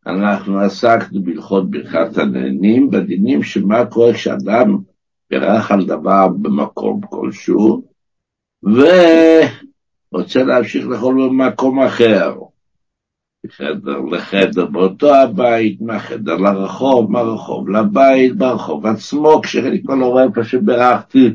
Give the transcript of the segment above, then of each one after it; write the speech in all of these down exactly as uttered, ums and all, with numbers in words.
אנחנו עסקנו בהלכות ברכת הנהנים, בדינים שמה קורה כשאדם בירך על דבר במקום כלשהו, ורוצה להמשיך לאכול במקום אחר, מחדר לחדר באותו הבית, מהחדר לרחוב, מהרחוב לבית, ברחוב עצמו, כשאני כבר לא רואה איפה שברכתי.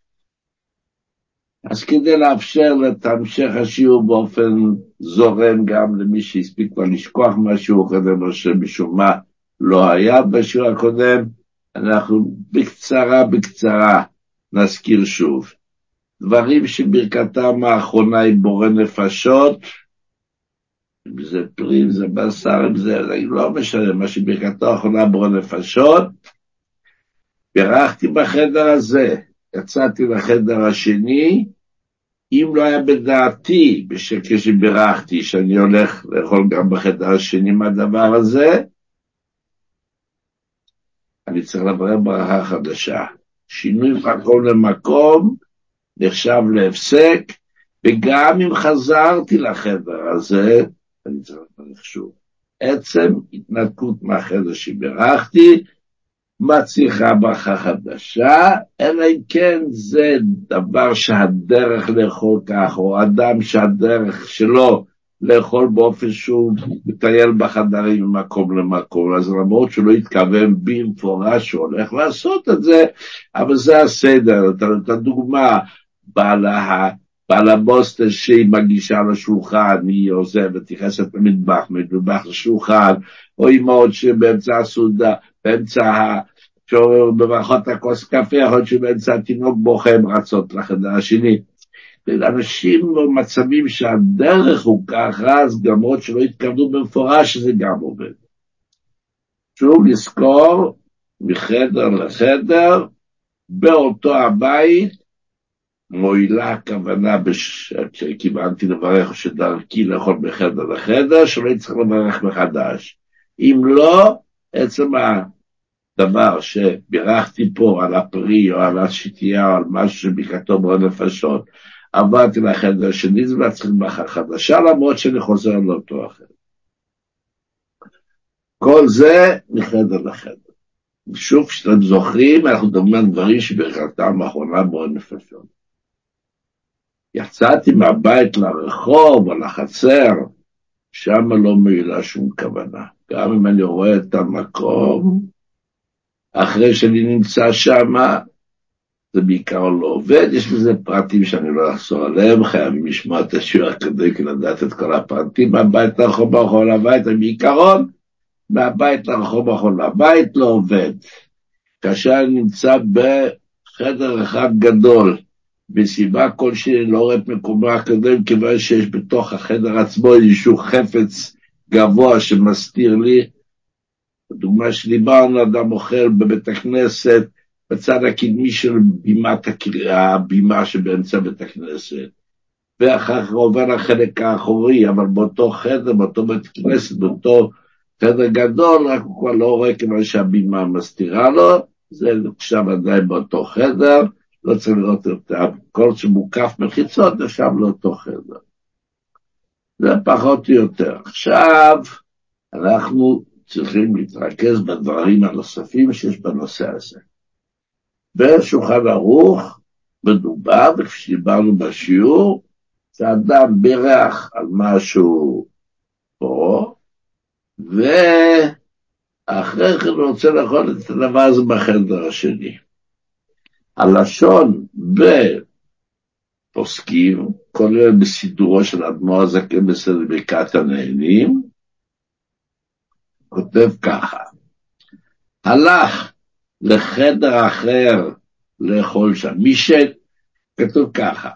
אז כדי לאפשר את המשך השיעור באופן זורם גם למי שהספיק כבר לשכוח מהשיעור הקודם, או שמשום מה לא היה בשיעור הקודם, אנחנו בקצרה בקצרה נזכיר שוב. דברים שברכתם האחרונה היא בורא נפשות, אם זה פרי, אם זה בשר, אם זה לא משנה, מה שברכתו האחרונה בורא נפשות, ברכתי בחדר הזה, יצאתי לחדר השני, אם לא היה בדעתי, כשברכתי, שאני הולך לאכול גם בחדר השני מהדבר הזה, אני צריך לברר ברכה חדשה. שינוי מקום למקום, נחשב להפסק, וגם אם חזרתי לחדר הזה, אני צריך לברך שוב. עצם התנתקות מהחדר שברכתי, מצריכה ברכה חדשה, אלא אם כן זה דבר שהדרך לאכול כך, או אדם שהדרך שלו לאכול באופן שהוא מטייל בחדרים ממקום למקום, אז למרות שלא התכוון במפורש שהוא הולך לעשות את זה, אבל זה הסדר. את הדוגמה, בעלה, בעלה בוסטר שהיא מגישה לשולחן, היא עוזבת, נכנסת למטבח, מטבח לשולחן, או אמהות שבאמצע הסעודה, באמצע ה... שבברכות הכוס קפה, יכול להיות שבאמצע התינוק בוכה הם רצות לחדר השני. אנשים במצבים שהדרך הוא ככה, אז למרות שלא התכוונו במפורש שזה גם עובד. שוב לזכור, מחדר לחדר, באותו הבית, מועילה הכוונה, כשכיוונתי לברך שדרכי לאכול בחדר לחדר, שלא יצטרך לברך מחדש. אם לא, עצם הדבר שבירכתי פה על הפרי או על השתייה או על משהו שברכתו בורא נפשות, עברתי לחדר השני, זה מצריך ברכה חדשה, למרות שאני חוזר לאותו אחר. כל זה מחדר לחדר. שוב, כשאתם זוכרים, אנחנו מדברים על דברים שברכתם האחרונה בורא נפשות. יצאתי מהבית לרחוב או לחצר, שם לא מועילה שום כוונה. גם אם אני רואה את המקום, אחרי שאני נמצא שם, זה בעיקר לא עובד. יש בזה פרטים שאני לא אחזור עליהם, חייבים לשמוע את השיעור כדי לדעת את כל הפרטים. מהבית לרחוב ברחוב לבית, בעיקרון, מהבית לרחוב ברחוב לבית לא עובד. כאשר אני נמצא בחדר אחד גדול, בסיבה כלשהי לא רואה את מקומו הקודם, כיוון שיש בתוך החדר עצמו איזשהו חפץ גבוה שמסתיר לי. בדוגמה שדיברנו, אדם אוכל בבית הכנסת, בצד הקדמי של בימת הבימה שבאמצע בית הכנסת, ואחר כך עובר לחלק האחורי, אבל באותו חדר, באותו בית כנסת, באותו חדר גדול, רק הוא כבר לא רואה כיוון שהבימה מסתירה לו, זה עכשיו עדיין באותו חדר, לא צריך לראות את הכל שמוקף מחיצות, עכשיו לאותו חדר. זה פחות או יותר. עכשיו, אנחנו צריכים להתרכז בדברים הנוספים שיש בנושא הזה. בשולחן ערוך, מדובר, וכפי שדיברנו בשיעור, שאדם בירך על משהו פה, ואחרי כן הוא רוצה לאכול את הדבר הזה בחדר השני. הלשון בפוסקים, כולל בסידורו של אדמו"ר הזקן בסדר ברכת הנהנים, כותב ככה: הלך לחדר אחר לאכול שם, מי שכתוב ככה,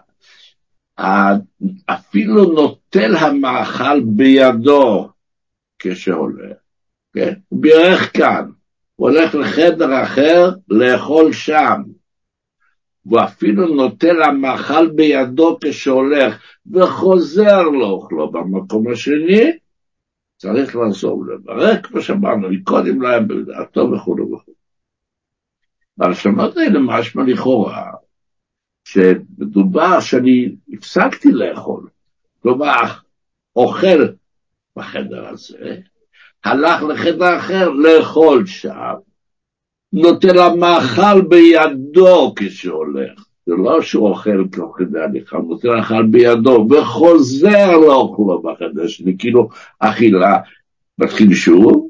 אפילו נוטל המאכל בידו כשהולך, כן? הוא בירך כאן, הוא הולך לחדר אחר לאכול שם, ואפילו נוטל המאכל בידו כשהולך, וחוזר לאכלו במקום השני, צריך לעזור לברך, כמו שאמרנו, מקודם לא היה בדעתו וכו' וכו'. והלשונות האלה משמע לכאורה, שמדובר שאני הפסקתי לאכול, כלומר, אוכל בחדר הזה, הלך לחדר אחר לאכול שם, נותן לה מאכל בידו כשהולך. זה לא שהוא אוכל תוך כדי הליכה, הוא נותן לאכל בידו, וחוזר לאוכלו בחדר שלי, כאילו אכילה, מתחיל שוב.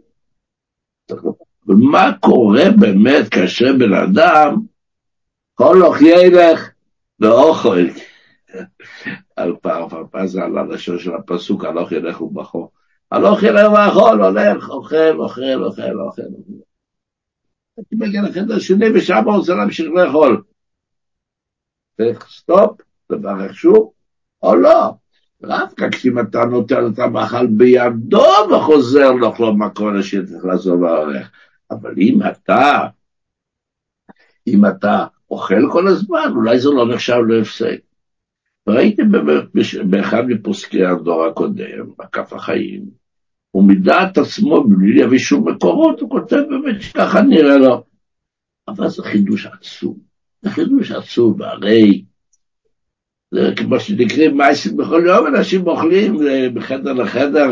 ומה קורה באמת כאשר בן אדם, כל אוך ילך ואוכל, על פרפרפז על הלשון של הפסוק, הלוך ילך ובחור. הלוך ילך ואכול, הולך, אוכל, אוכל, אוכל, אוכל. אתה מגיע לחדר שני ושם הוא רוצה להמשיך לאכול. צריך סטופ, לברך שוב, או לא. דווקא כשאם אתה נותן את המאכל בידו וחוזר לאכול מקום שצריך לעזור לעורך. אבל אם אתה, אם אתה אוכל כל הזמן, אולי זה לא נחשב להפסק. וראיתם באמת באחד מפוסקי הדור הקודם, בכף החיים, הוא מדעת עצמו בלי להביא שום מקורות, הוא כותב באמת שככה נראה לו. אבל זה חידוש עצום, זה חידוש עצום, הרי זה כמו שנקראים מייסים בכל יום, אנשים אוכלים בחדר לחדר,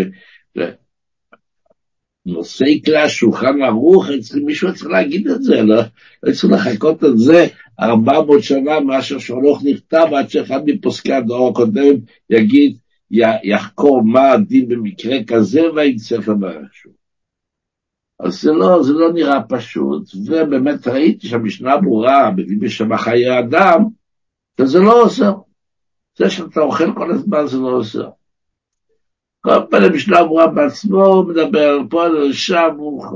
נושאי כלי השולחן ערוך, מישהו צריך להגיד את זה, לא, לא צריך לחכות את זה ארבע מאות שנה, מאשר שהולך נכתב, עד שאחד מפוסקי הדור הקודם יגיד, יחקור מה הדין במקרה כזה, ויצטרך לברך שוב. אז זה לא, זה לא נראה פשוט, ובאמת ראיתי שהמשנה ברורה, מביא בשם חיי אדם, שזה לא עושה. זה שאתה אוכל כל הזמן זה לא עושה. כל פעם המשנה ברורה בעצמו, מדבר פה על שם,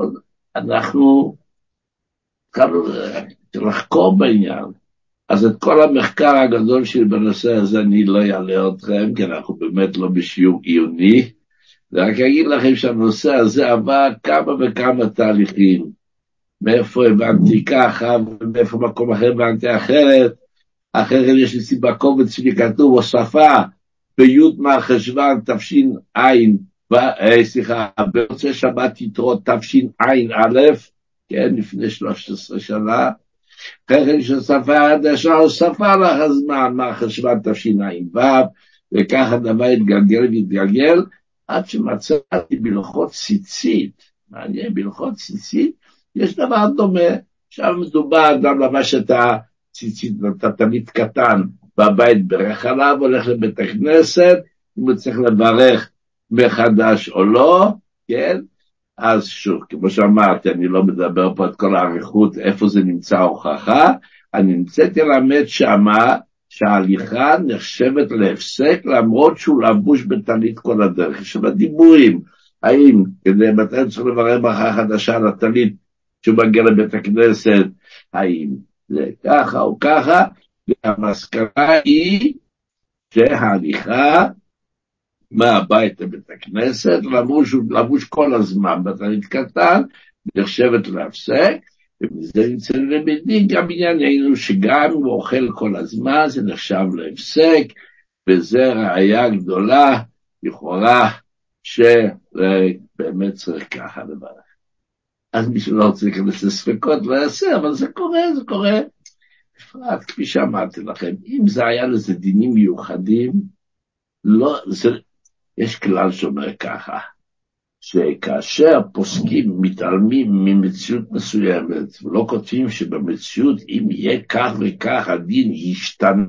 אנחנו התחלנו לחקור בעניין. אז את כל המחקר הגדול שלי בנושא הזה אני לא אעלה אתכם, כי אנחנו באמת לא בשיעור עיוני, ורק אגיד לכם שהנושא הזה עבר כמה וכמה תהליכים, מאיפה הבנתי ככה, ומאיפה מקום אחר הבנתי אחרת, אחרת יש לי סיבה קובץ שלי כתוב, הוספה, בי' מרחשוון תפשין עין, סליחה, במוצאי שבת יתרות תפשין עין א', כן, לפני שלוש עשרה שנה, אחרי כן שהשפה החדשה הוספה לך הזמן, מרחשוון תפשין עין ו', וככה הדבר התגלגל והתגלגל, עד שמצאתי בלוחות ציצית, מעניין, בלוחות ציצית, יש דבר דומה, שם מדובר, אדם לבש את הציצית, אתה תמיד קטן, בבית ברך עליו, הולך לבית הכנסת, אם הוא צריך לברך מחדש או לא, כן? אז שוב, כמו שאמרתי, אני לא מדבר פה את כל העריכות, איפה זה נמצא הוכחה, אני נמצאתי למד שמה, שההליכה נחשבת להפסק, למרות שהוא לבוש בטלית כל הדרך. יש שם דיבורים, האם כדי מתי צריך לברר ברכה חדשה על הטלית, שהוא מגיע לבית הכנסת, האם זה ככה או ככה, והמסקנה היא שההליכה מהבית לבית הכנסת, למרות שהוא לבוש כל הזמן בטלית קטן, נחשבת להפסק, ומזה נמצא למדים גם ענייננו שגם אם הוא אוכל כל הזמן זה נחשב להפסק, וזה ראיה גדולה לכאורה שבאמת צריך ככה לברך. אז מי שלא רוצה להיכנס לספקות לא יעשה, אבל זה קורה, זה קורה. בפרט, כפי שאמרתי לכם, אם זה היה לזה דינים מיוחדים, לא, זה, יש כלל שאומר ככה, שכאשר פוסקים מתעלמים ממציאות מסוימת, ולא כותבים שבמציאות אם יהיה כך וכך הדין ישתנה,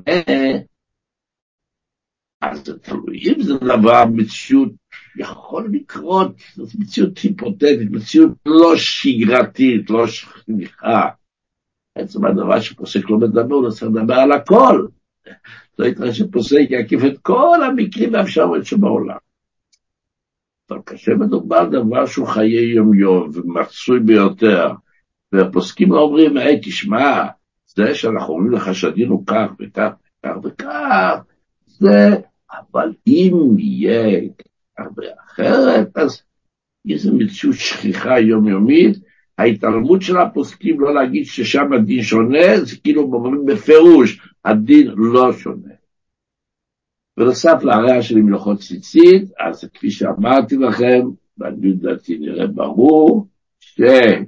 אז זה תלוי. אם זה דבר, מציאות יכול לקרות, זאת מציאות היפותטית, מציאות לא שגרתית, לא שכיחה. בעצם הדבר שפוסק לא מדבר, הוא לא צריך לדבר על הכל. לא יתראה שפוסק יקיף את כל המקרים והאפשרויות שבעולם. אבל כאשר מדובר על דבר שהוא חיי יום יום ומצוי ביותר, והפוסקים אומרים, היי תשמע, זה שאנחנו אומרים לך שהדין הוא כך וכך וכך וכך, זה, אבל אם יהיה הרבה אחרת, אז איזו מציאות שכיחה יומיומית, ההתעלמות של הפוסקים לא להגיד ששם הדין שונה, זה כאילו אומרים בפירוש, הדין לא שונה. ונוסף להראה שלי מלוחות ציצית, אז כפי שאמרתי לכם, ואני לדעתי נראה ברור, שגם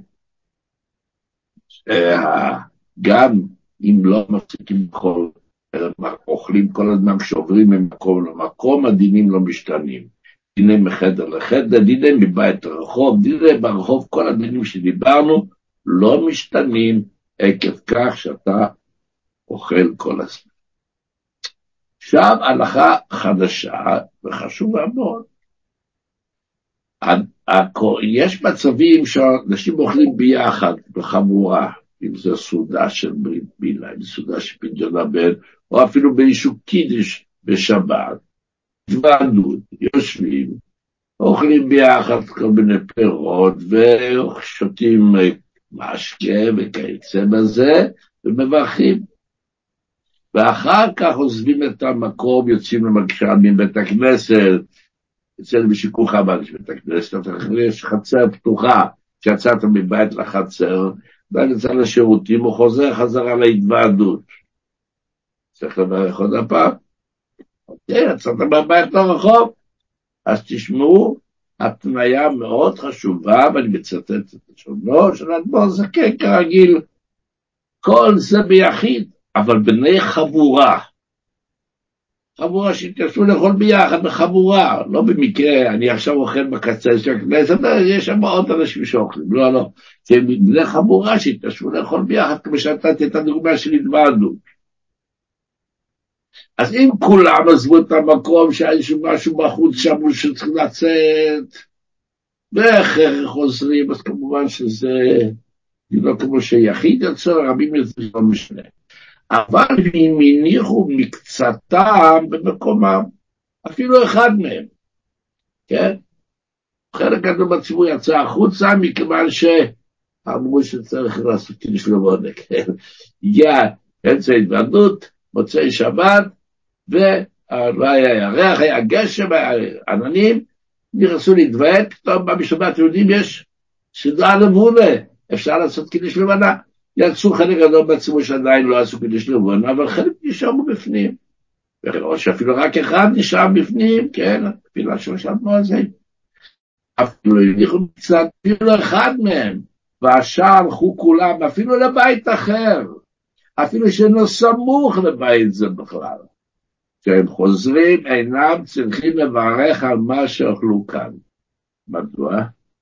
אם לא מפסיקים לאכול, אלא אוכלים כל הזמן כשעוברים ממקום למקום, הדינים לא משתנים. דיני מחדר לחדר, דיני מבית לרחוב, דיני ברחוב, כל הדינים שדיברנו, לא משתנים עקב כך שאתה אוכל כל הזמן. עכשיו הלכה חדשה וחשובה מאוד. יש מצבים שאנשים אוכלים ביחד, בחבורה, אם זה סעודה של ברית מילה, אם זה סעודה של פדיון הבן, או אפילו באיזשהו קידוש בשבת, התוועדות, יושבים, אוכלים ביחד כל מיני פירות, ושותים משקה וכיוצא בזה, ומברכים. ואחר כך עוזבים את המקום, יוצאים למקשה מבית הכנסת, אצלנו בשיקוך חב"ד יש בית הכנסת, יש חצר פתוחה, שיצאת מבית לחצר, ואני יצא לשירותים, הוא חוזר חזרה להתוועדות. צריך לברך עוד הפעם. אוקיי, יצאת מבית לרחוב. אז תשמעו, התניה מאוד חשובה, ואני מצטט את השונו, של אדמו"ר זקן כרגיל, כל זה ביחיד, אבל בני חבורה. חבורה שהתיישבו לאכול ביחד בחבורה, לא במקרה, אני עכשיו אוכל בקצה של הכנסת, יש שם עוד אנשים שאוכלים, לא, לא, זה בני חבורה שהתיישבו לאכול ביחד, כמו שנתתי את הדוגמה של התוועדות. אז אם כולם עזבו את המקום שהיה משהו בחוץ שם שצריך לצאת, ואחר חוזרים, אז כמובן שזה לא כמו שיחיד יוצר, רבים יוצר לא משנה. אבל אם הניחו מקצתם במקומם, אפילו אחד מהם, כן? חלק גדול בציבור יצא החוצה, מכיוון שאמרו שצריך לעשות קידוש לבונה, כן? הגיע אמצע התוועדות, מוצאי שבת, ולא היה ירח, היה גשם, היה עננים, נכנסו להתוועד, פתאום בשבת יהודים יש סדרה לבונה, אפשר לעשות קידוש לבונה. יצאו חלק גדול בציבור שעדיין לא עשו קידוש לבונה, אבל חלק נשארו בפנים. או שאפילו רק אחד נשאר בפנים, כן, תפילה שחשבנו על זה. אפילו הניחו קצת, אפילו אחד מהם, והשאר הלכו כולם, אפילו לבית אחר, אפילו שאינו סמוך לבית זה בכלל. כשהם חוזרים, אינם צריכים לברך על מה שאוכלו כאן. מדוע?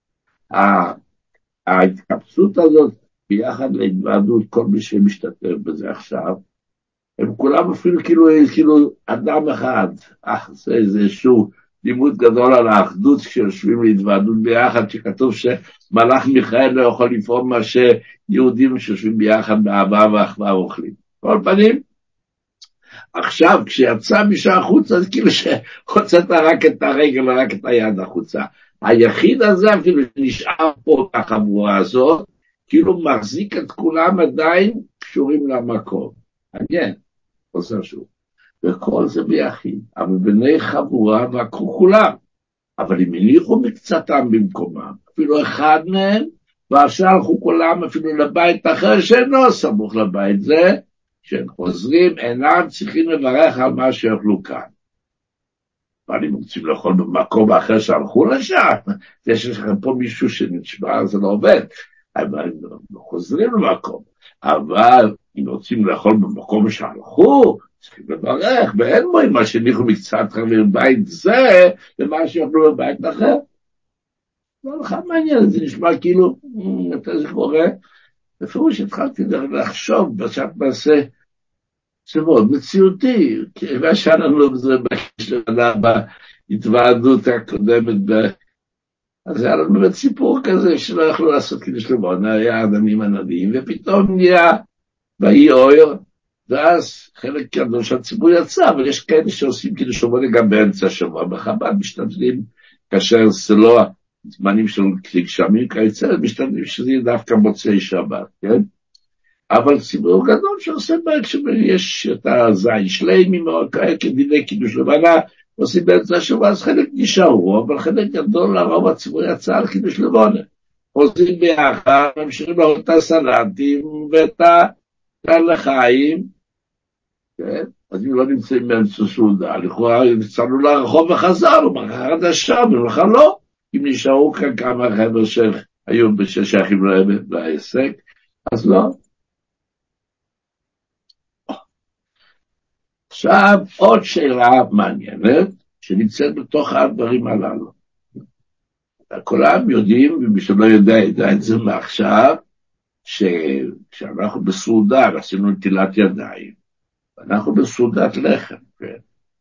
ההתקבצות הזאת, ביחד להתוועדות, כל מי שמשתתף בזה עכשיו, הם כולם אפילו כאילו, כאילו אדם אחד. אך, זה איזשהו לימוד גדול על האחדות כשיושבים להתוועדות ביחד, שכתוב שמלאך מיכאל לא יכול לפעול מה שיהודים שיושבים ביחד באהבה ואחווה אוכלים. כל פנים, עכשיו כשיצא משם החוצה, אז כאילו שהוצאת רק את הרגל ורק את היד החוצה. היחיד הזה אפילו נשאר פה בחבורה הזאת, כאילו מחזיק את כולם עדיין קשורים למקום. מעניין, עושה שוב. וכל זה ביחיד, אבל בני חבורה ועקרו כולם. אבל הם הניחו מקצתם במקומם, אפילו אחד מהם, ועכשיו הלכו כולם אפילו לבית אחר שאינו סמוך לבית זה, כשהם חוזרים אינם צריכים לברך על מה שאוכלו כאן. ואני רוצים לאכול במקום אחר שהלכו לשם, זה שיש לכם פה מישהו שנשמע, זה לא עובד. אבל חוזרים למקום, אבל אם רוצים לאכול במקום שהלכו, צריכים לברך, ואין בו מה שניחו מקצת חבר בית זה, למה שיוכלו בבית אחר. לא לך מעניין, זה נשמע כאילו, מתי זה קורה? בפירוש התחלתי לחשוב, בשעת מעשה, זה מאוד מציאותי, כי מה שאנחנו בזה בשלנה בהתוועדות הקודמת, אז היה לנו באמת סיפור כזה שלא יכלו לעשות קידוש לבונה, היה אדמים עננים, ופתאום נהיה ויהי אור, ואז חלק גדול שהציבור יצא, אבל יש כאלה שעושים קידוש לבונה גם באמצע השבוע, בחב"ד משתדלים, כאשר זה לא זמנים של גשמים כיוצא, משתדלים שזה יהיה דווקא מוצאי שבת, כן? אבל ציבור גדול שעושה בעק שיש את הזין שלמים, או כאלה כדיני קידוש לבונה, עושים באמצע השבוע, אז חלק נשארו, אבל חלק גדול לרוב הציבור יצא על קידוש לבונה. עושים ביחד, ממשיכים לו את הסלטים ואת הלחיים, כן? אז אם לא נמצאים באמצע סעודה, לכאורה יצאנו לרחוב וחזרנו, מחר חדשה, ומחר לא. אם נשארו כאן כמה חבר'ה שהיו ששייכים להם לעסק, אז לא. עכשיו, עוד שאלה מעניינת, שנמצאת בתוך הדברים הללו. כולם יודעים, ומי שלא יודע, ידע את זה מעכשיו, שכשאנחנו בסעודה, עשינו נטילת ידיים, ואנחנו בסעודת לחם, כן?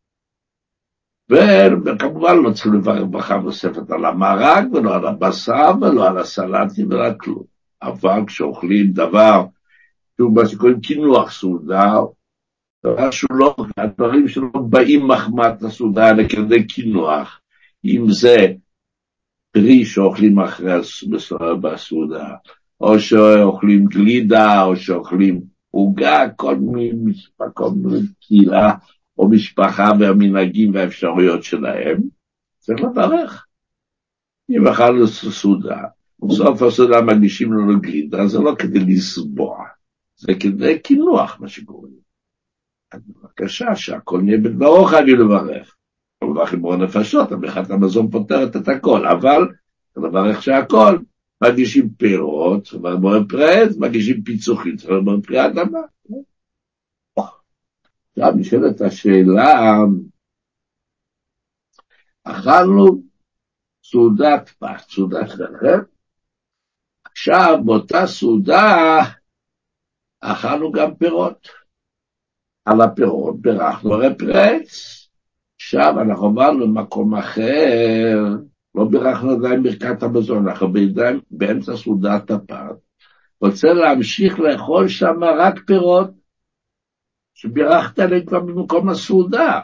וכמובן לא צריך לברך ברכה נוספת על המרק, ולא על הבשר, ולא על הסלטים, ולא על כלום. אבל כשאוכלים דבר, שהוא מה שקוראים קינוח סעודה, דבר שהוא לא, הדברים שלא באים מחמת הסעודה, אלא כדי קינוח, אם זה פרי שאוכלים אחרי בסעודה, או שאוכלים גלידה, או שאוכלים עוגה, כל מיני קהילה, או משפחה והמנהגים והאפשרויות שלהם, צריך לברך. אם אכלנו סעודה, בסוף הסעודה מגישים לנו גלידה, זה לא כדי לסבוע, זה כדי קינוח, מה שקוראים. אז בבקשה, שהכל נהיה בדברו חייבים לברך. לברך עם בורא נפשות, המלאכת המזון פותרת את הכל, אבל לברך שהכל, מגישים פירות, ובורא פרץ, מגישים פיצוחים, ובורא פרי אדמה. עכשיו נשאלת השאלה, אכלנו סעודת פת, סעודת לחם, עכשיו באותה סעודה אכלנו גם פירות. על הפירות ברכנו הרי פרץ. עכשיו אנחנו עברנו למקום אחר, לא ברכנו עדיין ברכת המזון, אנחנו בידיים, באמצע סעודת הפת, רוצה להמשיך לאכול שם רק פירות, שבירכת עליהם כבר במקום הסעודה.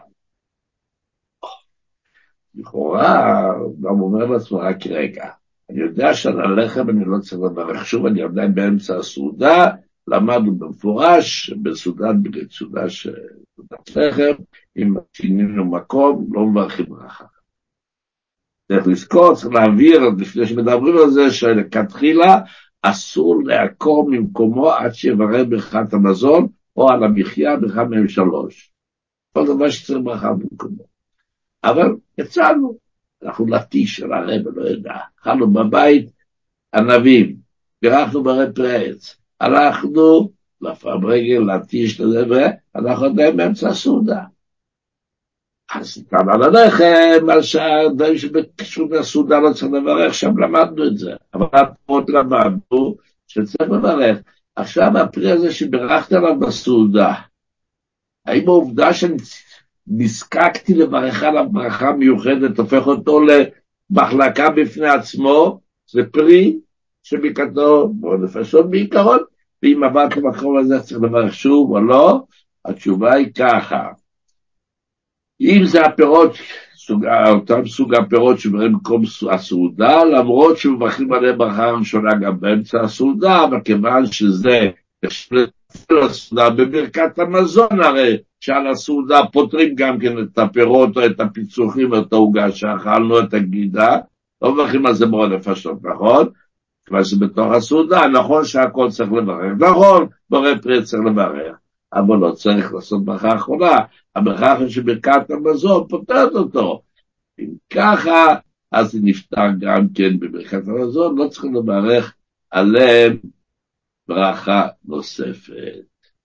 לכאורה, גם אומר לעצמו רק רגע, אני יודע שעל הלחם אני לא צריך לברך שוב, אני עדיין באמצע הסעודה, למדנו במפורש, בסעודת בסעודה סעודת לחם, אם שינינו מקום, לא מברכים ברכה. צריך לזכור, צריך להעביר, לפני שמדברים על זה, שלכתחילה אסור לעקור ממקומו עד שיברר ברכת המזון, או על המחיה ברכה מהם שלוש. כל דבר שצריך ברכה במקומו. אבל יצאנו, אנחנו לטיש של הרב, לא יודע, אכלנו בבית ענבים, בירכנו ברי פרץ, הלכנו לפעם רגל, לטיש לזה, ואנחנו עדיין באמצע הסעודה. אז כאן על הלחם, על שהדברים שבקשור מהסעודה לא צריך לברך, שם למדנו את זה. אבל הפחות למדנו שצריך לברך. עכשיו הפרי הזה שברכת עליו בסעודה, האם העובדה שנזקקתי לברך עליו ברכה מיוחדת, הופך אותו למחלקה בפני עצמו, זה פרי שבקתו, בוא נפשות בעיקרון, ואם עברת למקום הזה צריך לברך שוב או לא, התשובה היא ככה. אם זה הפירות, סוג, אותם סוג הפירות שבראים במקום הסעודה, למרות שמברכים עליהם ברכה ראשונה גם באמצע הסעודה, אבל כיוון שזה הסעודה בברכת המזון, הרי שעל הסעודה פותרים גם כן את הפירות או את הפיצוחים או את העוגה שאכלנו, את הגלידה, לא מברכים על זה בורא נפשות, נכון? כיוון שבתוך הסעודה, נכון שהכל צריך לברך, נכון, בורא פרי צריך לברך, אבל לא צריך לעשות ברכה האחרונה, הברכה האחרונה שברכת המזון פותרת אותו. אם ככה, אז זה נפתר גם כן בברכת המזון, לא צריכים לברך עליהם ברכה נוספת.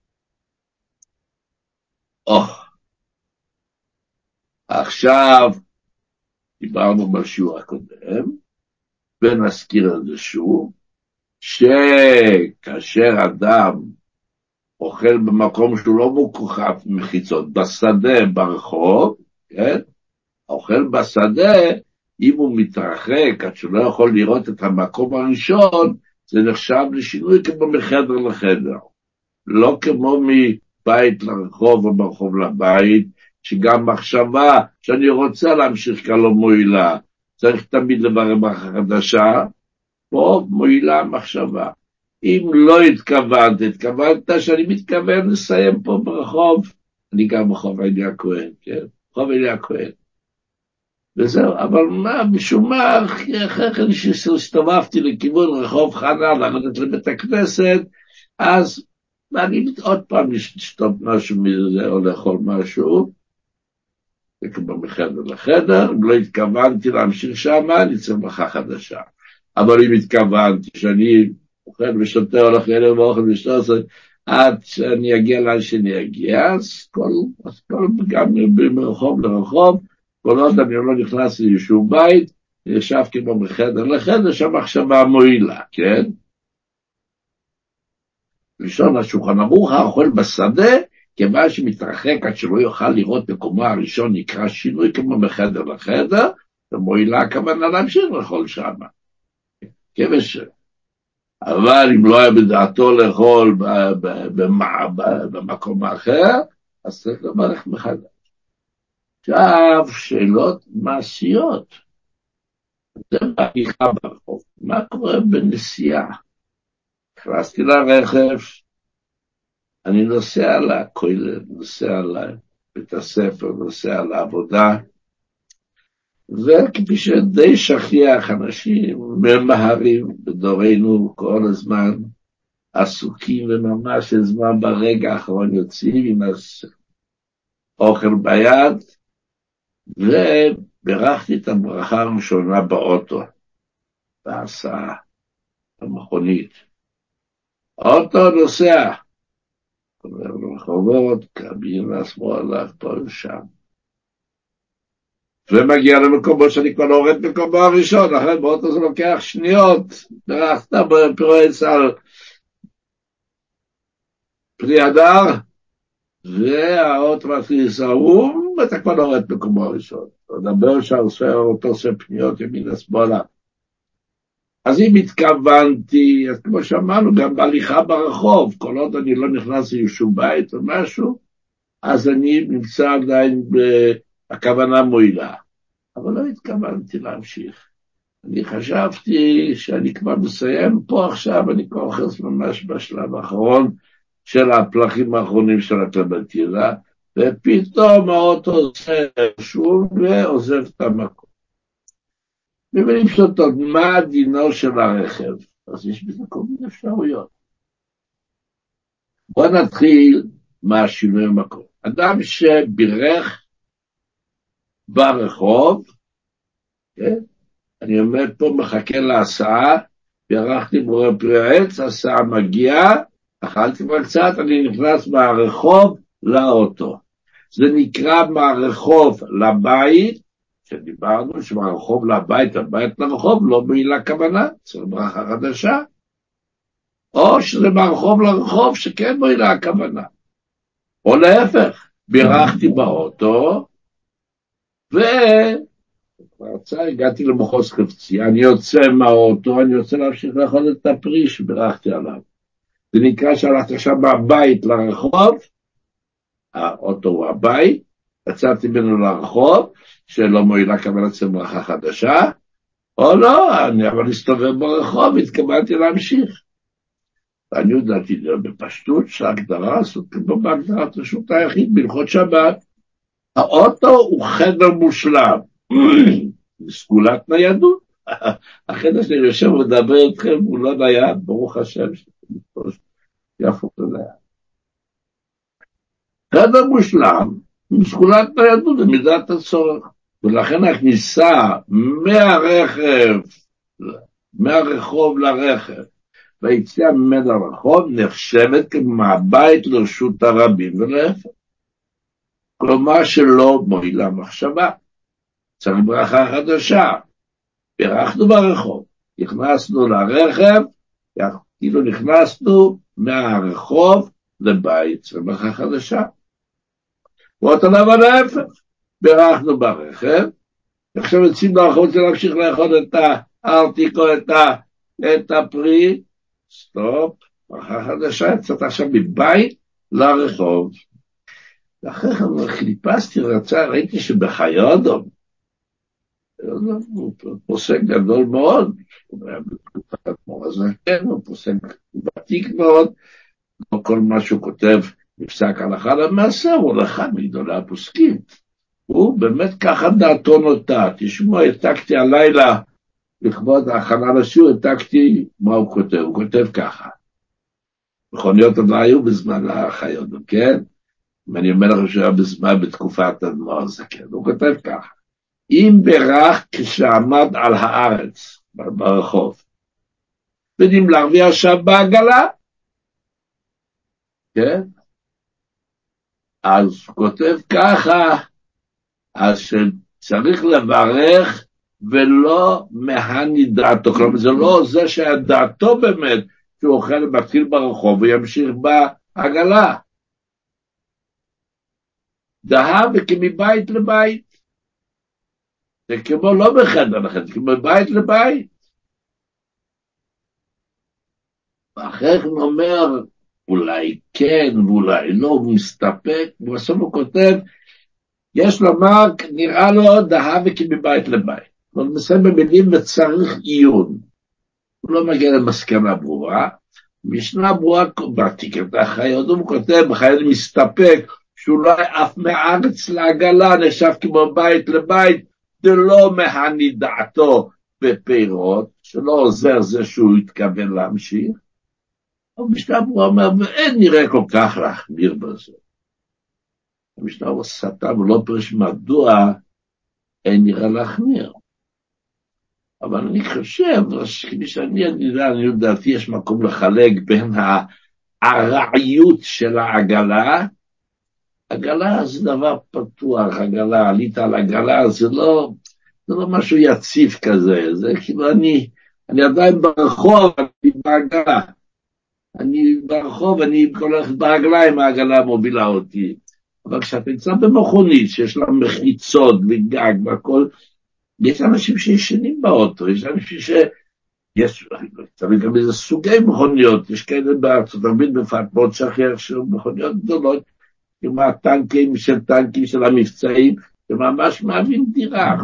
או, עכשיו דיברנו בשיעור הקודם, ונזכיר את זה שוב, שכאשר אדם אוכל במקום שהוא לא מוכחף מחיצות, בשדה, ברחוב, כן? אוכל בשדה, אם הוא מתרחק, עד שלא יכול לראות את המקום הראשון, זה נחשב לשינוי כמו מחדר לחדר. לא כמו מבית לרחוב או ברחוב לבית, שגם מחשבה שאני רוצה להמשיך כאן לא מועילה. צריך תמיד לברר ברכה חדשה, פה מועילה מחשבה. אם לא התכוונת, התכוונת שאני מתכוון לסיים פה ברחוב, אני גם ברחוב אלי הכהן, כן? ברחוב אלי הכהן. וזהו, אבל מה, משום מה, אחרי כן שהסתובבתי לכיוון רחוב חנה, לרדת לבית הכנסת, אז אני עוד פעם לשתות משהו מזה, או לאכול משהו, זה כמו מחדר לחדר, אם לא התכוונתי להמשיך שם, אני צריך ברכה חדשה. אבל אם התכוונתי שאני אוכל ושותה, הולך אליו ואוכל ושתות, עד שאני אגיע לאן שאני אגיע, אז כל, אז כל גם מרחוב לרחוב, כל עוד אני לא נכנס ליישוב בית, ישב כמו מחדר לחדר, שהמחשבה מועילה, כן? ראשון השולחן ערוך האוכל בשדה, כיוון שמתרחק עד שלא יוכל לראות מקומו הראשון נקרא שינוי כמו מחדר לחדר, ומועילה הכוונה להמשיך לאכול שם. כבש. אבל אם לא היה בדעתו לאכול במקום אחר, אז צריך לברך מחדש. עכשיו, שאלות מעשיות. זה בהליכה ברחוב. מה קורה בנסיעה? נכנסתי לרכב, אני נוסע לכולל, נוסע לבית הספר, נוסע לעבודה, וכפי שדי שכיח אנשים ממהרים בדורנו כל הזמן, עסוקים וממש זמן ברגע האחרון יוצאים עם האוכל ביד, וברכתי את הברכה הראשונה באוטו, בהסעה, במכונית. האוטו נוסע, עובר ברחובות, קבין לשמאלה, פה ושם. ומגיע למקומות שאני כבר לא עורד במקומו הראשון, אחרי באוטו זה לוקח שניות, ברכת בפרועץ על פרי הדר, והאוטו מתחיל לסעום, ואתה כבר לא עורד במקומו הראשון. לדבר שהאוטו עושה פניות ימין לשמאלה. אז אם התכוונתי, אז כמו שאמרנו, גם בהליכה ברחוב, כל עוד אני לא נכנס ליישוב בית או משהו, אז אני נמצא עדיין בהכוונה מועילה. אבל לא התכוונתי להמשיך. אני חשבתי שאני כבר מסיים פה עכשיו, אני כבר אוחז ממש בשלב האחרון של הפלחים האחרונים של הקלמנטינה, ופתאום האוטו עושה שוב ועוזב את המקום. במילים פשוטות, מה דינו של הרכב? אז יש בזה כל מיני אפשרויות. בוא נתחיל מהשינוי המקום. אדם שבירך ברחוב, כן? אני עומד פה, מחכה להסעה, בירכתי בורא פרי העץ, הסעה מגיעה, אכלתי כבר קצת, אני נכנס מהרחוב לאוטו. זה נקרא מהרחוב לבית, שדיברנו שמהרחוב לבית, הבית לרחוב, לא בעילה כוונה, צריך ברכה חדשה, או שזה מהרחוב לרחוב, שכן בעילה הכוונה. או להפך, בירכתי באוטו, ו... בהרצאה הגעתי למחוז חפצי, אני יוצא מהאוטו, אני רוצה להמשיך לאכול את הפרי שבירכתי עליו. זה נקרא שהלכתי עכשיו מהבית לרחוב, האוטו הוא הבית, יצאתי ממנו לרחוב, שלא מועילה כוונה אצל ברכה חדשה, או לא, אני אבל אסתובב ברחוב, התכוונתי להמשיך. אני יודעתי בפשטות שההגדרה הזאת, כמו בהגדרת רשות היחיד, בהלכות שבת, האוטו הוא חדר מושלם. סגולת ניידות. החדר שאני יושב ומדבר איתכם, הוא לא נייד, ברוך השם, יפות לנייד. חדר מושלם, סגולת ניידות, במידת הצורך. ולכן הכניסה מהרכב, מהרחוב לרכב, והיציאה ממנו לרחוב, נחשבת כמהבית לרשות הרבים ולהפך. כלומר שלא מועילה מחשבה. צריך ברכה חדשה, בירכנו ברחוב, נכנסנו לרכב, כאילו נכנסנו מהרחוב לבית, צריך ברכה חדשה. ואותו דבר להפך, בירכנו ברכב, עכשיו יוצאים לרחוב, צריך להמשיך לאכול את הארטיק או את, ה, את הפרי, סטופ, ברכה חדשה, יצאת עכשיו מבית לרחוב. ואחרי כן חיפשתי, רצה, ראיתי שבחיי אדם, הוא פוסק גדול מאוד, הוא היה בתקופת אדמו"ר הזקן, הוא פוסק ותיק מאוד, לא כל מה שהוא כותב נפסק הלכה למעשה, הוא אחד מגדולי הפוסקים. הוא באמת ככה דעתו נוטה. תשמעו, העתקתי הלילה, לכבוד ההכנה לשיעור, העתקתי מה הוא כותב. הוא כותב ככה. מכוניות עוד לא היו בזמן החיות, כן? ואני אומר לכם שהוא היה בזמן בתקופת אדמו"ר הזקן. הוא כותב ככה. אם ברך כשעמד על הארץ, ברחוב, ונמלך וישב בעגלה, כן? אז הוא כותב ככה, אז צריך לברך ולא מהני דעתו, כלומר זה לא זה שהדעתו באמת, שהוא אוכל ומתחיל ברחוב וימשיך בעגלה. דהה וכמבית לבית, זה כמו לא בחדר לחדר, זה כמו מבית לבית. ואחרי כן אומר, אולי כן ואולי לא, הוא מסתפק, ובסוף הוא כותב, יש לומר, נראה לו דהה וכמבית לבית. הוא מסיים במילים וצריך עיון. הוא לא מגיע למסקנה ברורה. משנה ברורה, בעתיקת החיות, הוא כותב, בחיות מסתפק, שהוא לא עף מארץ לעגלה, נחשב כמו בית לבית, זה לא מהני דעתו בפירות, שלא עוזר זה שהוא התכוון להמשיך. המשנה ברורה אומר, ואין נראה כל כך להחמיר בזה. המשנה ברורה סתם, הוא לא פרש מדוע אין נראה להחמיר. אבל אני חושב, כפי שאני יודע, אני יודעתי, יש מקום לחלק בין הרעיות של העגלה, עגלה זה דבר פתוח, עגלה, עלית על עגלה, זה לא, זה לא משהו יציב כזה, זה כאילו אני, אני עדיין ברחוב, אני בעגלה, אני ברחוב, אני הולך ברגליים, העגלה מובילה אותי, אבל כשאתה נמצא במכונית, שיש לה מחיצות וגג והכל, יש אנשים שישנים באוטו, יש אנשים ש... יש, תמיד גם איזה סוגי מכוניות, יש כאלה בארצות הברית בפרט מאוד שכיח של מכוניות גדולות, עם הטנקים של טנקים של המבצעים, שממש מהווים דירה,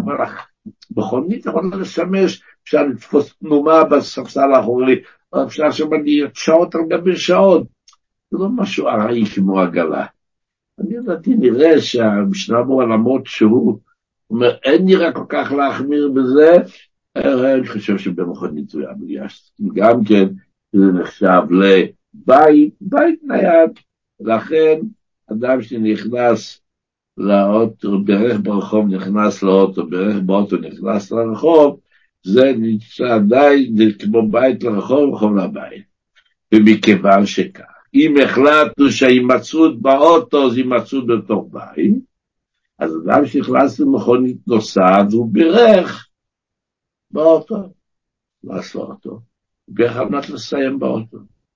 מכונית יכולה לשמש, אפשר לתפוס תנומה בספסל האחורי, או אפשר שם להיות שעות על גבי שעות, זה לא משהו ארעי כמו עגלה. אני יודעתי, נראה שהמשנה ברורה למרות שהוא אומר, אין נראה כל כך להחמיר בזה, אני חושב שבמכונית הוא יעמד, גם כן זה נחשב לבית, בית נייד, לכן אדם שנכנס לאוטו, ברך ברחוב נכנס לאוטו, ברך באוטו נכנס לרחוב, זה נמצא די, זה כמו בית לרחוב, רחוב לבית. ומכיוון שכך, אם החלטנו שהימצאות באוטו זה הימצאות בתוך בית, אז אדם שנכנס למכונית נוסעת, הוא ברך באוטו, לא עשו אותו, הוא ברך על מנת לסיים באוטו.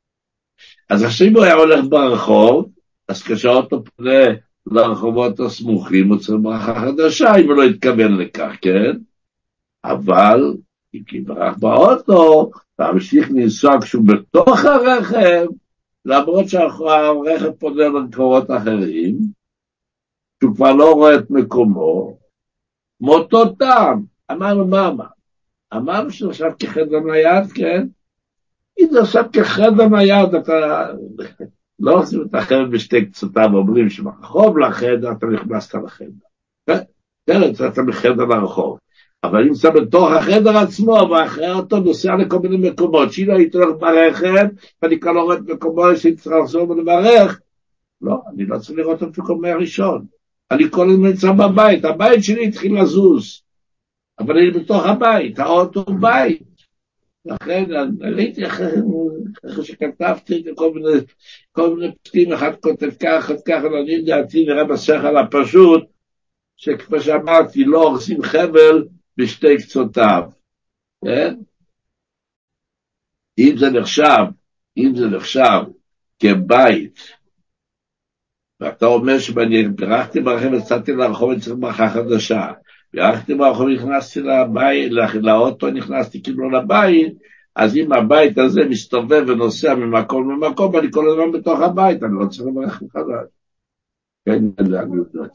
אז עכשיו הוא היה הולך ברחוב, אז כשהאוטו פונה לרחובות הסמוכים, הוא צריך ברכה חדשה, אם הוא לא התכוון לכך, כן? אבל, אם כברך באוטו, להמשיך לנסוע כשהוא בתוך הרכב, למרות שהרכב פונה למקומות אחרים, שהוא כבר לא רואה את מקומו, מאותו טעם, אמרנו מה אמר? אמרנו שעכשיו כחדר נייד, כן? אם זה עכשיו כחדר נייד, אתה לא עושים את החדר בשתי קצותיו, אומרים שברחוב לחדר, אתה נכנסת לחדר. כן, אתה מחדר לרחוב. אבל אם זה בתוך החדר עצמו, ואחרי אותו נוסע לכל מיני מקומות, שאילו הייתי הולך ברכב, ואני כבר לא רואה את מקומו, שצריך לחזור ולברך, לא, אני לא צריך לראות את מקומי הראשון. אני כל הזמן נמצא בבית, הבית שלי התחיל לזוז, אבל אני בתוך הבית, האוטו הוא בית. לכן, ראיתי אחרי שכתבתי כל מיני, כל מיני פסקים, אחד כותב כך, אחד כך, ואני דעתי נראה בשכל הפשוט, שכפי שאמרתי, לא עושים חבל בשתי קצותיו. כן? אם זה נחשב, אם זה נחשב כבית, ואתה אומר שאני בירכתי ברחב, יצאתי לרחוב, אני צריך ברכה חדשה. בירכתי ברחוב, נכנסתי לבית, לאוטו, נכנסתי כאילו לבית, אז אם הבית הזה מסתובב ונוסע ממקום למקום, אני כל הזמן בתוך הבית, אני לא צריך לברך מחדש. כן, זה אני יודע.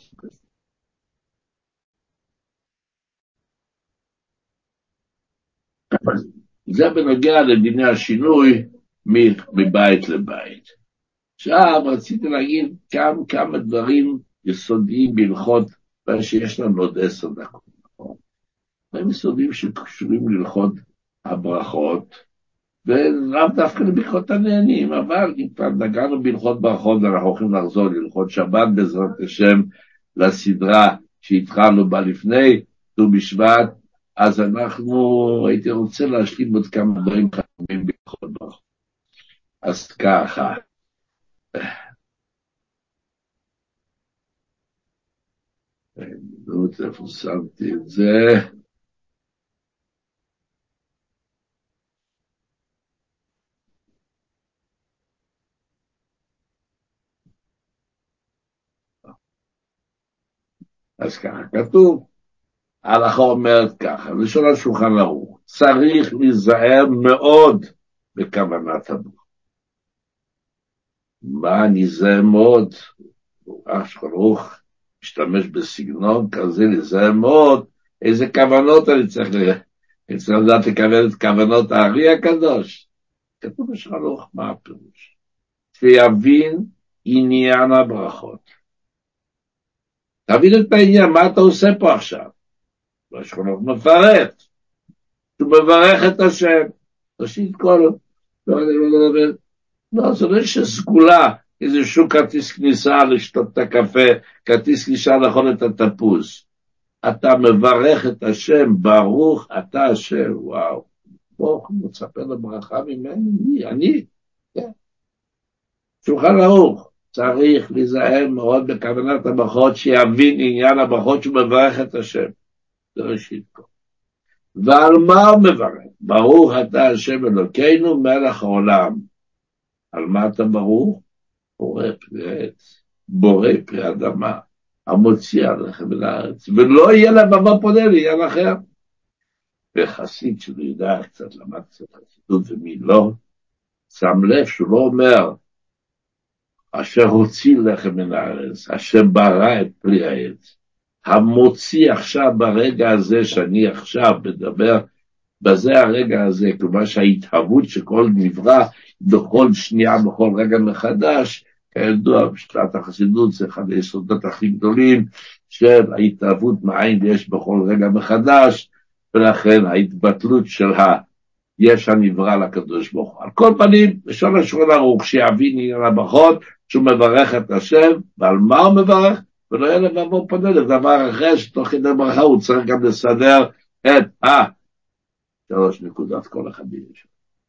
זה בנוגע לדיני השינוי מבית לבית. עכשיו רציתי להגיד כמה, כמה דברים יסודיים בהלכות, שיש לנו עוד עשר דקות. דברים יסודיים שקשורים להלכות הברכות, ולאו דווקא לברכות הנהנים, אבל אם כבר נגענו בהלכות ברכות, ואנחנו הולכים לחזור להלכות שבת בעזרת השם לסדרה שהתחלנו בה לפני ט"ו בשבט, אז אנחנו, הייתי רוצה להשלים עוד כמה דברים חשובים בהלכות ברכות. אז ככה, נו, איפה שמתי את זה? אז ככה כתוב, ההלכה אומרת ככה, לשון השולחן ערוך, צריך להיזהר מאוד בכוונת הברוך. מה ניזהר מאוד? השולחן ערוך משתמש בסגנון כזה, להיזהר מאוד, איזה כוונות אני צריך לראות? אני צריך לדעת לכוון את כוונות הארי הקדוש. כתוב בשולחן ערוך, מה הפירוש? שיבין עניין הברכות. תבין את העניין, מה אתה עושה פה עכשיו? השולחן ערוך מפרט. הוא מברך את השם. ראשית כל, לא, לא, לא, לא, לא, זה לא שסגולה, איזשהו כרטיס כניסה לשתות את הקפה, כרטיס כניסה לאכול את התפוז. אתה מברך את השם, ברוך אתה השם, וואו. בוא, מצפה לברכה ממני, מי? אני? כן. שולחן ערוך, צריך להיזהר מאוד בכוונת הברכות, שיבין עניין הברכות שהוא מברך את השם. זה ראשית כל. ועל מה הוא מברך? ברוך אתה השם אלוקינו מלך העולם. על מה אתה ברוך? בורא פרי עץ, בורא פרי אדמה, המוציא עליכם מן הארץ, ולא יהיה לבבא פונה לעניין אחר. וחסיד שלו יודע קצת, למד קצת חסידות ומי לא, שם לב שהוא לא אומר, אשר הוציא לכם מן הארץ, אשר ברא את פרי העץ, המוציא עכשיו ברגע הזה שאני עכשיו מדבר, בזה הרגע הזה, כלומר שההתהוות שכל נברא בכל שנייה, בכל רגע מחדש, כידוע, בשלט החסידות זה אחד היסודות הכי גדולים של ההתהוות מאין יש בכל רגע מחדש, ולכן ההתבטלות של היש הנברא לקדוש ברוך הוא. על כל פנים, לשון השולחן ערוך שיבין עניין הברכות, שהוא מברך את השם, ועל מה הוא מברך? ולא יהיה לבבו פונה לדבר אחר, שתוך כדי ברכה הוא צריך גם לסדר את ה... שלוש נקודות כל אחד יש.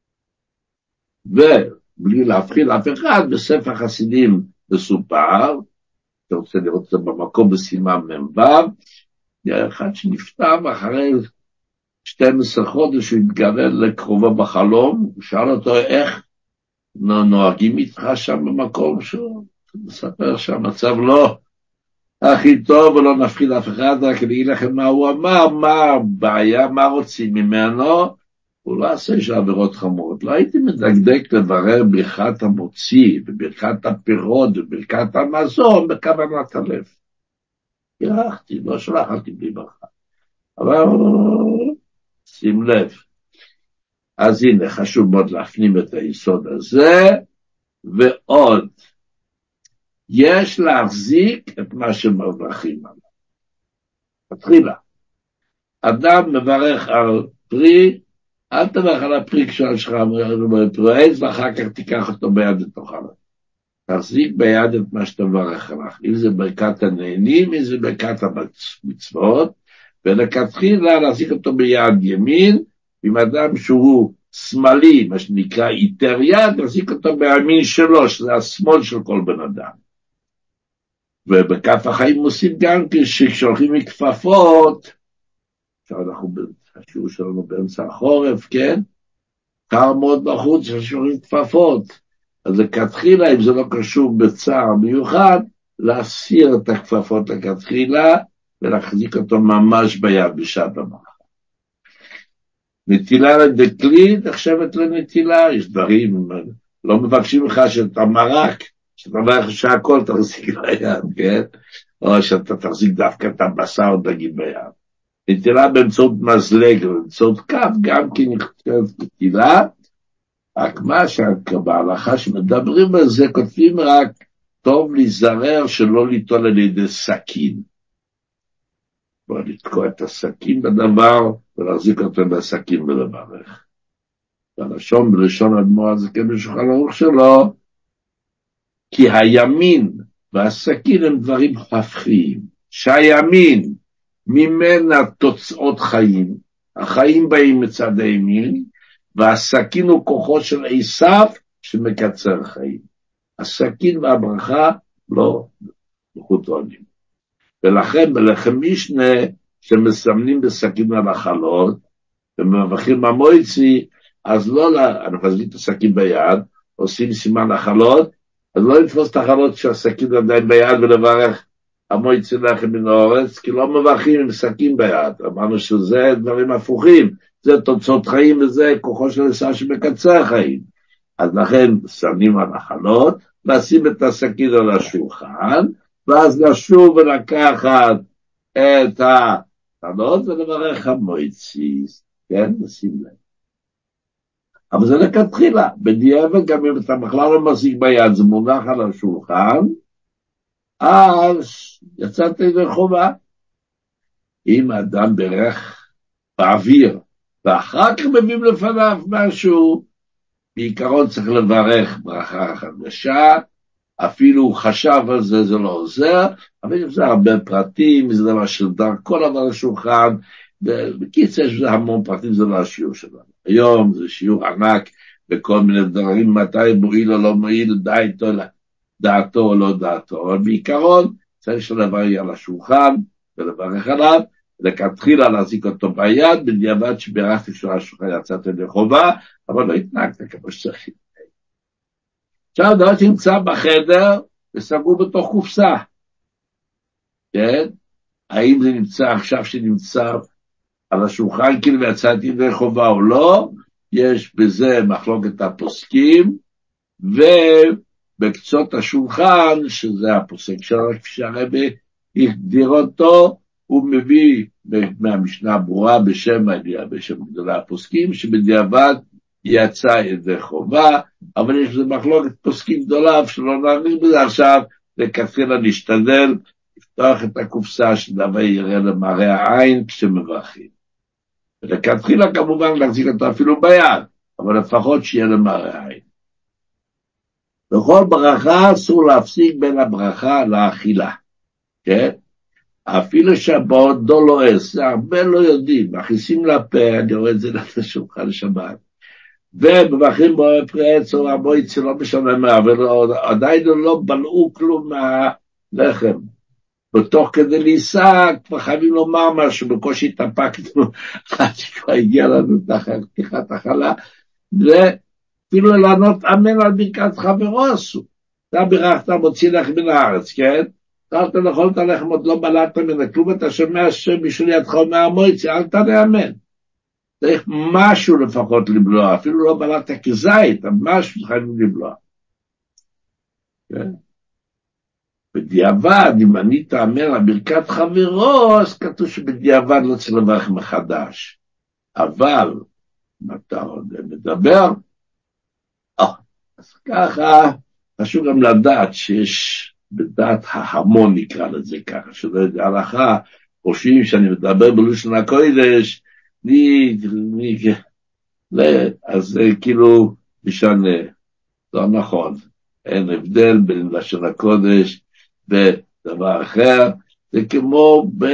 ובלי להפחיד אף אחד, בספר חסידים מסופר, אתה רוצה לראות את זה במקום בסימן ממ"ו, אחד שנפטר ואחרי שנים עשר חודש הוא התגלה לקרובו בחלום, הוא שאל אותו איך נוהגים איתך שם במקום שהוא מספר שהמצב לא הכי טוב ולא נפחיד אף אחד, רק אני אגיד לכם מה הוא אמר, מה הבעיה, מה רוצים ממנו, הוא לא עשה של עבירות חמורות, לא הייתי מדקדק לברר ברכת המוציא, וברכת הפירות, וברכת המזון, בכוונת הלב. ירחתי, לא שלחתי בלי ברכה. אבל שים לב. אז הנה, חשוב מאוד להפנים את היסוד הזה, ועוד, יש להחזיק את מה שמברכים עליו. התחילה. אדם מברך על פרי, אל תברך על הפרי כשאל שלך פרי עץ, ואחר כך תיקח אותו ביד ותאכל. תחזיק ביד את מה שאתה מברך עליו. אם זה ברכת הנהנים, אם זה ברכת המצוות, ולכתחילה להחזיק אותו ביד ימין, עם אדם שהוא שמאלי, מה שנקרא איתר יד, להחזיק אותו בימין שלו, שזה השמאל של כל בן אדם. ובכף החיים עושים גם כשהולכים מכפפות, עכשיו אנחנו בשיעור שלנו באמצע החורף, כן? קר מאוד בחוץ, ששורים כפפות. אז לכתחילה, אם זה לא קשור בצער מיוחד, להסיר את הכפפות לכתחילה, ולהחזיק אותו ממש ביד בשעת המלאכה. נטילה לדקלי, נחשבת לנטילה, יש דברים, לא מבקשים לך שאתה מרק, שאתה אומר שהכל תחזיק ביד, כן? או שאתה תחזיק דווקא את הבשר דגים ביד. נטילה באמצעות מזלג, באמצעות כף, גם כי נכתבת נטילה, רק מה שבהלכה שמדברים על זה, כותבים רק, טוב להיזהר שלא ליטול על ידי סכין. בוא לתקוע את הסכין בדבר, ולהחזיק אותו בסכין ולברך. והלשון בלשון אדמו"ר זה כן בשולחן ערוך שלו, כי הימין והסכין הם דברים הפכים, שהימין ממנה תוצאות חיים, החיים באים מצד הימין, והסכין הוא כוחו של עשיו שמקצר חיים. הסכין והברכה לא מחותונים. ולכן בלחם משנה, שמסמנים בסכין על החלות, ומבחים המויצי, אז לא, אנחנו חזקים את הסכין ביד, עושים סימן החלות, אז לא לתפוס את החלות שהסכין עדיין ביד ולברך המויצי לחם מן האורץ, כי לא מבחים עם סכין ביד. אמרנו שזה דברים הפוכים, זה תוצאות חיים וזה כוחו של עשה שמקצר חיים. אז לכן שמים על החלות, לשים את הסכין על השולחן, ואז לשוב ולקחת את החלות ולברך המויצי. כן, נשים לב. אבל זה לכתחילה, בדיעבד גם אם אתה בכלל לא מחזיק ביד, זה מונח על השולחן, אז יצאת ידי חובה. אם האדם ברך באוויר, ואחר כך מביאים לפניו משהו, בעיקרון צריך לברך ברכה חדשה, אפילו הוא חשב על זה, זה לא עוזר, אבל זה הרבה פרטים, זה דבר של דרכו על השולחן, בקיצר יש המון פרטים, זה לא השיעור שלנו. היום זה שיעור ענק בכל מיני דברים, מתי מועיל או לא מועיל, דעתו, דעתו או לא דעתו, אבל בעיקרון צריך שלדבר יהיה על השולחן, ולברך עליו, לכתחילה להזיק אותו ביד, בדיעבד שבירכתי של השולחן יצאת ידי חובה, אבל לא התנהגת כמו שצריך. עכשיו דבר שנמצא בחדר, וסגור בתוך קופסה. כן? האם זה נמצא עכשיו שנמצא על השולחן כאילו ויצאתי ידי חובה או לא? יש בזה מחלוקת הפוסקים, ובקצות השולחן, שזה הפוסק שלו, כפי שהרבי הגדיר אותו, הוא מביא מהמשנה ברורה בשם, בשם גדולי הפוסקים, שבדיעבד יצא ידי חובה, אבל יש בזה מחלוקת פוסקים גדולה, שלא נעריך בזה עכשיו, לכתחילה נשתדל לפתוח את הקופסה, שדבר יראה למראה העין כשמברכים. ולכתחילה כמובן להחזיק אותו אפילו ביד, אבל לפחות שיהיה למראה העין. בכל ברכה אסור להפסיק בין הברכה לאכילה, כן? אפילו שבעודו לא עש, זה הרבה לא יודעים, מכניסים לפה, אני רואה את זה לשולחן לשבת, ומברכים בו פרץ או המויצי, לא משנה מה, אבל עדיין לא בלעו כלום מהלחם. בתוך כדי להיסע, כבר חייבים לומר משהו, בקושי התאפקנו, עד שכבר הגיע לנו פתיחת החלה, ואפילו לענות אמן על ברכת חברו עשו. אתה בירכת, מוציא לך מן הארץ, כן? אתה לאכול את הלחם, עוד לא בלעת מן הכלום, אתה שומע שמישהו לידך אומר המויצי, אל תענה אמן. צריך משהו לפחות לבלוע, אפילו לא בלעת כזית, משהו חייבים לבלוע. כן? בדיעבד, אם אני תאמר לברכת חברו, אז כתוב שבדיעבד לא צריך לברך מחדש. אבל, אם אתה עוד מדבר, אה, אז ככה, חשוב גם לדעת שיש בדעת ההמון, נקרא לזה ככה, שלא יודע הלכה, חושבים שאני מדבר בלשון הקודש, אני, אני, לא, אז זה כאילו משנה, לא נכון, אין הבדל בין לשון הקודש, בדבר אחר, זה כמו ב...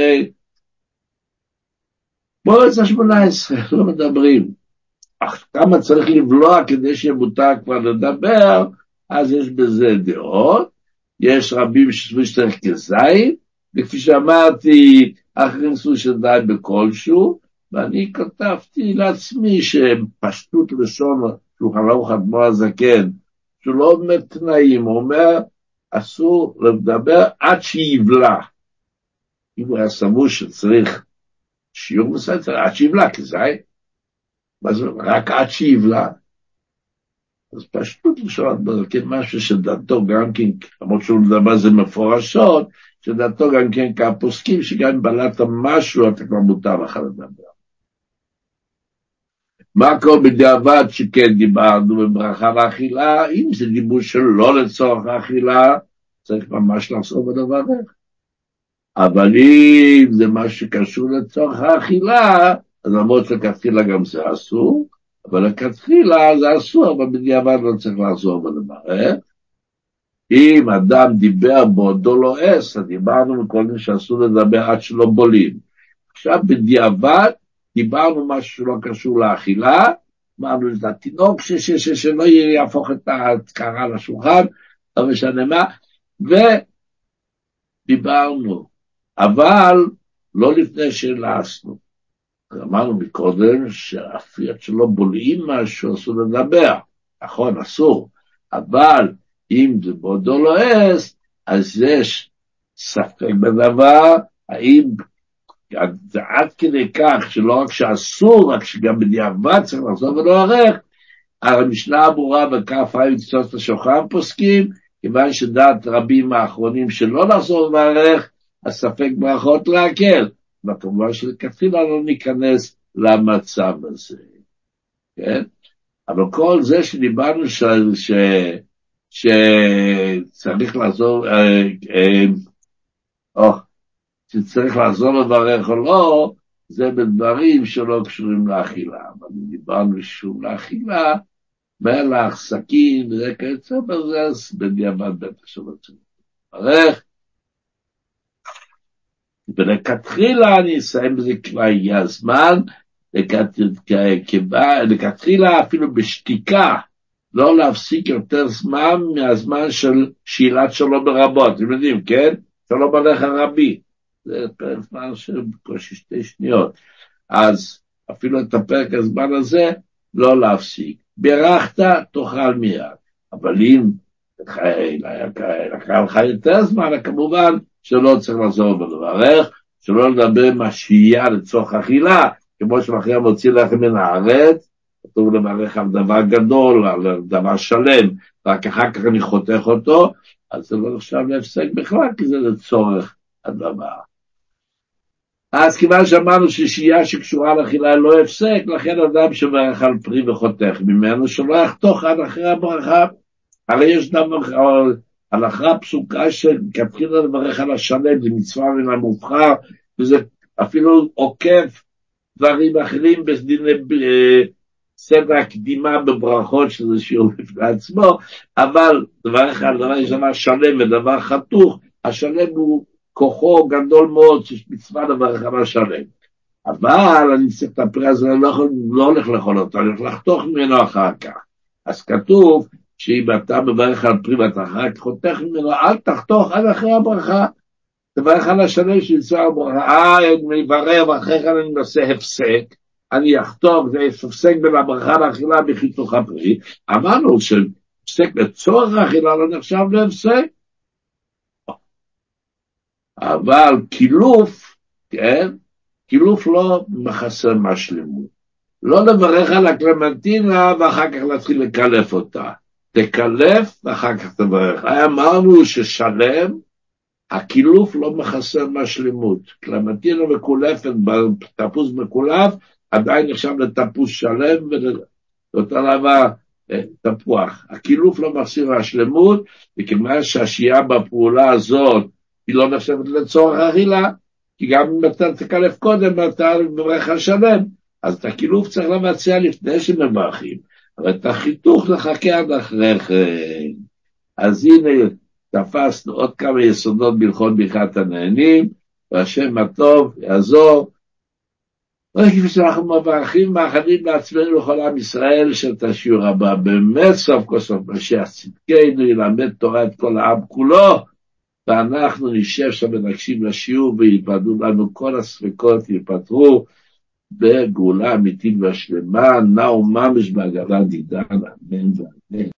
מועצת השמונה עשרה, לא מדברים. אך כמה צריך לבלוע כדי שיהיה מותר כבר לדבר, אז יש בזה דעות, יש רבים שסבורים שצריך כזית, וכפי שאמרתי, אחרים סבורים שדי בכלשהו, ואני כתבתי לעצמי שפשטות לשון שולחן ערוך אדמו"ר הזקן, שהוא לא אומר תנאים, הוא אומר, אסור לדבר עד שיבלע. אם הוא היה סבור שצריך שיעור מסוים, עד שיבלע, כי זה רק עד שיבלע. אז פשוט לשאול, כן, משהו שדעתו גם כן, למרות שהוא לדבר זה מפורשות, שדעתו גם כן כפוסקים, שגם אם בלעת משהו, אתה כבר מותר לך לדבר. מה קורה בדיעבד שכן דיברנו בברכה לאכילה, אם זה דיבור שלא לצורך האכילה, צריך ממש לחזור בדבר איך. אבל אם זה מה שקשור לצורך האכילה, אז למרות שכתחילה גם זה אסור, אבל לכתחילה זה אסור, אבל בדיעבד לא צריך לחזור בדבר איך. אם אדם דיבר בעודו לא עש, אז דיברנו מכל מי שאסור לדבר עד שלא בולים. עכשיו בדיעבד, דיברנו משהו שלא קשור לאכילה, אמרנו את התינוק שלא יהפוך את הקרה לשולחן, לא משנה מה, ודיברנו אבל לא לפני שלעסנו. אמרנו מקודם שאפילו שלא בולעים משהו אסור לדבר, נכון, אסור, אבל אם זה בודו לועס, אז יש ספק בדבר, האם זה עד כדי כך שלא רק שאסור, רק שגם בדיעבד צריך לחזור ולא ערך, המשנה הברורה בכף חיים תצוץ השוחם פוסקים, כיוון שדעת רבים האחרונים שלא לחזור וערך, הספק ברכות להקל, וכמובן שכתחילה לא ניכנס למצב הזה, כן? אבל כל זה שדיברנו ש... ש... שצריך לעזור, אה, אה, או, שצריך לעזור לברך או לא, זה בדברים שלא קשורים לאכילה, אבל דיברנו שום לאכילה, מלח, סכין, וזה כיוצא בזה, אז בדיעבד בטח שלא צריך לברך. ולכתחילה, אני אסיים בזה כבר יהיה הזמן, לכתחילה אפילו בשתיקה, לא להפסיק יותר זמן מהזמן של שאלת שלום ברבות, אתם יודעים, כן? שלום עליך רבי, זה פרק זמן של בקושי שתי שניות, אז אפילו את הפרק הזמן הזה לא להפסיק. בירכת, תאכל מיד, אבל אם לקחה לך יותר זמן, כמובן שלא צריך לחזור ולברך, שלא לדבר מהשייה לצורך אכילה, כמו שמחר מוציא לכם מן הארץ, כתוב לברך על דבר גדול, על דבר שלם, רק אחר כך אני חותך אותו, אז זה לא נחשב להפסק בכלל, כי זה לצורך הדבר. אז כיוון שאמרנו ששייה שקשורה לאכילה לא הפסק, לכן אדם שברך על פרי וחותך ממנו, שלא יחתוך עד אחרי הברכה, הרי יש דבר, הלכה פסוקה שכתחילה לברך על השלם, זה מצווה מן המובחר, וזה אפילו עוקף דברים אחרים בדיני סדר הקדימה בברכות, שזה שיעור בפני עצמו, אבל דבר אחד, דבר יש דבר שלם ודבר חתוך, השלם הוא כוחו גדול מאוד, שיש מצווה לברך על השלם. אבל אני צריך את הפרי הזה, אני לא, לא הולך לאכול אותו, אני הולך לחתוך ממנו אחר כך. אז כתוב, שאם אתה מברך על פרי ואתה אחר כך חותך ממנו, אל תחתוך עד אחרי הברכה, תברך על השלם שיצא הברכה, אה, אני מברר ואחרי כן אני נעשה הפסק, אני אחתוך, זה הפסק בין הברכה לאכילה בחיתוך הפרי, אמרנו שהפסק לצורך האכילה לא נחשב להפסק, אבל קילוף, כן, קילוף לא מחסר מהשלמות, לא לברך על הקלמנטינה ואחר כך להתחיל לקלף אותה, תקלף ואחר כך תברך. אמרנו ששלם, הקילוף לא מחסר מהשלמות. קלמנטינה מקולפת, תפוס מקולף, עדיין נחשב לתפוס שלם, ואותה דבר תפוח. הקילוף לא מחסיר מהשלמות, וכיוון שהשייה בפעולה הזאת, היא לא נחשבת לצורך אכילה, כי גם אם אתה תקלף קודם, אתה מברך על שלם, אז את הקילוף צריך לבצע לפני שמברכים, אבל את החיתוך לחכה עד אחרי כן. אז הנה, תפסנו עוד כמה יסודות בהלכות ברכת הנהנים, והשם הטוב יעזור. וכפי שאנחנו מברכים מאחלים לעצמנו לכל עם ישראל, שאת השיעור הבא באמת סוף כל סוף משיח צדקנו ילמד תורה את כל העם כולו, ואנחנו נשב שם ונקשיב לשיעור ויפדו לנו כל הספקות, יפתרו בגאולה אמיתית והשלמה, נאו ממש בהגלה דידן, אמן ואמן.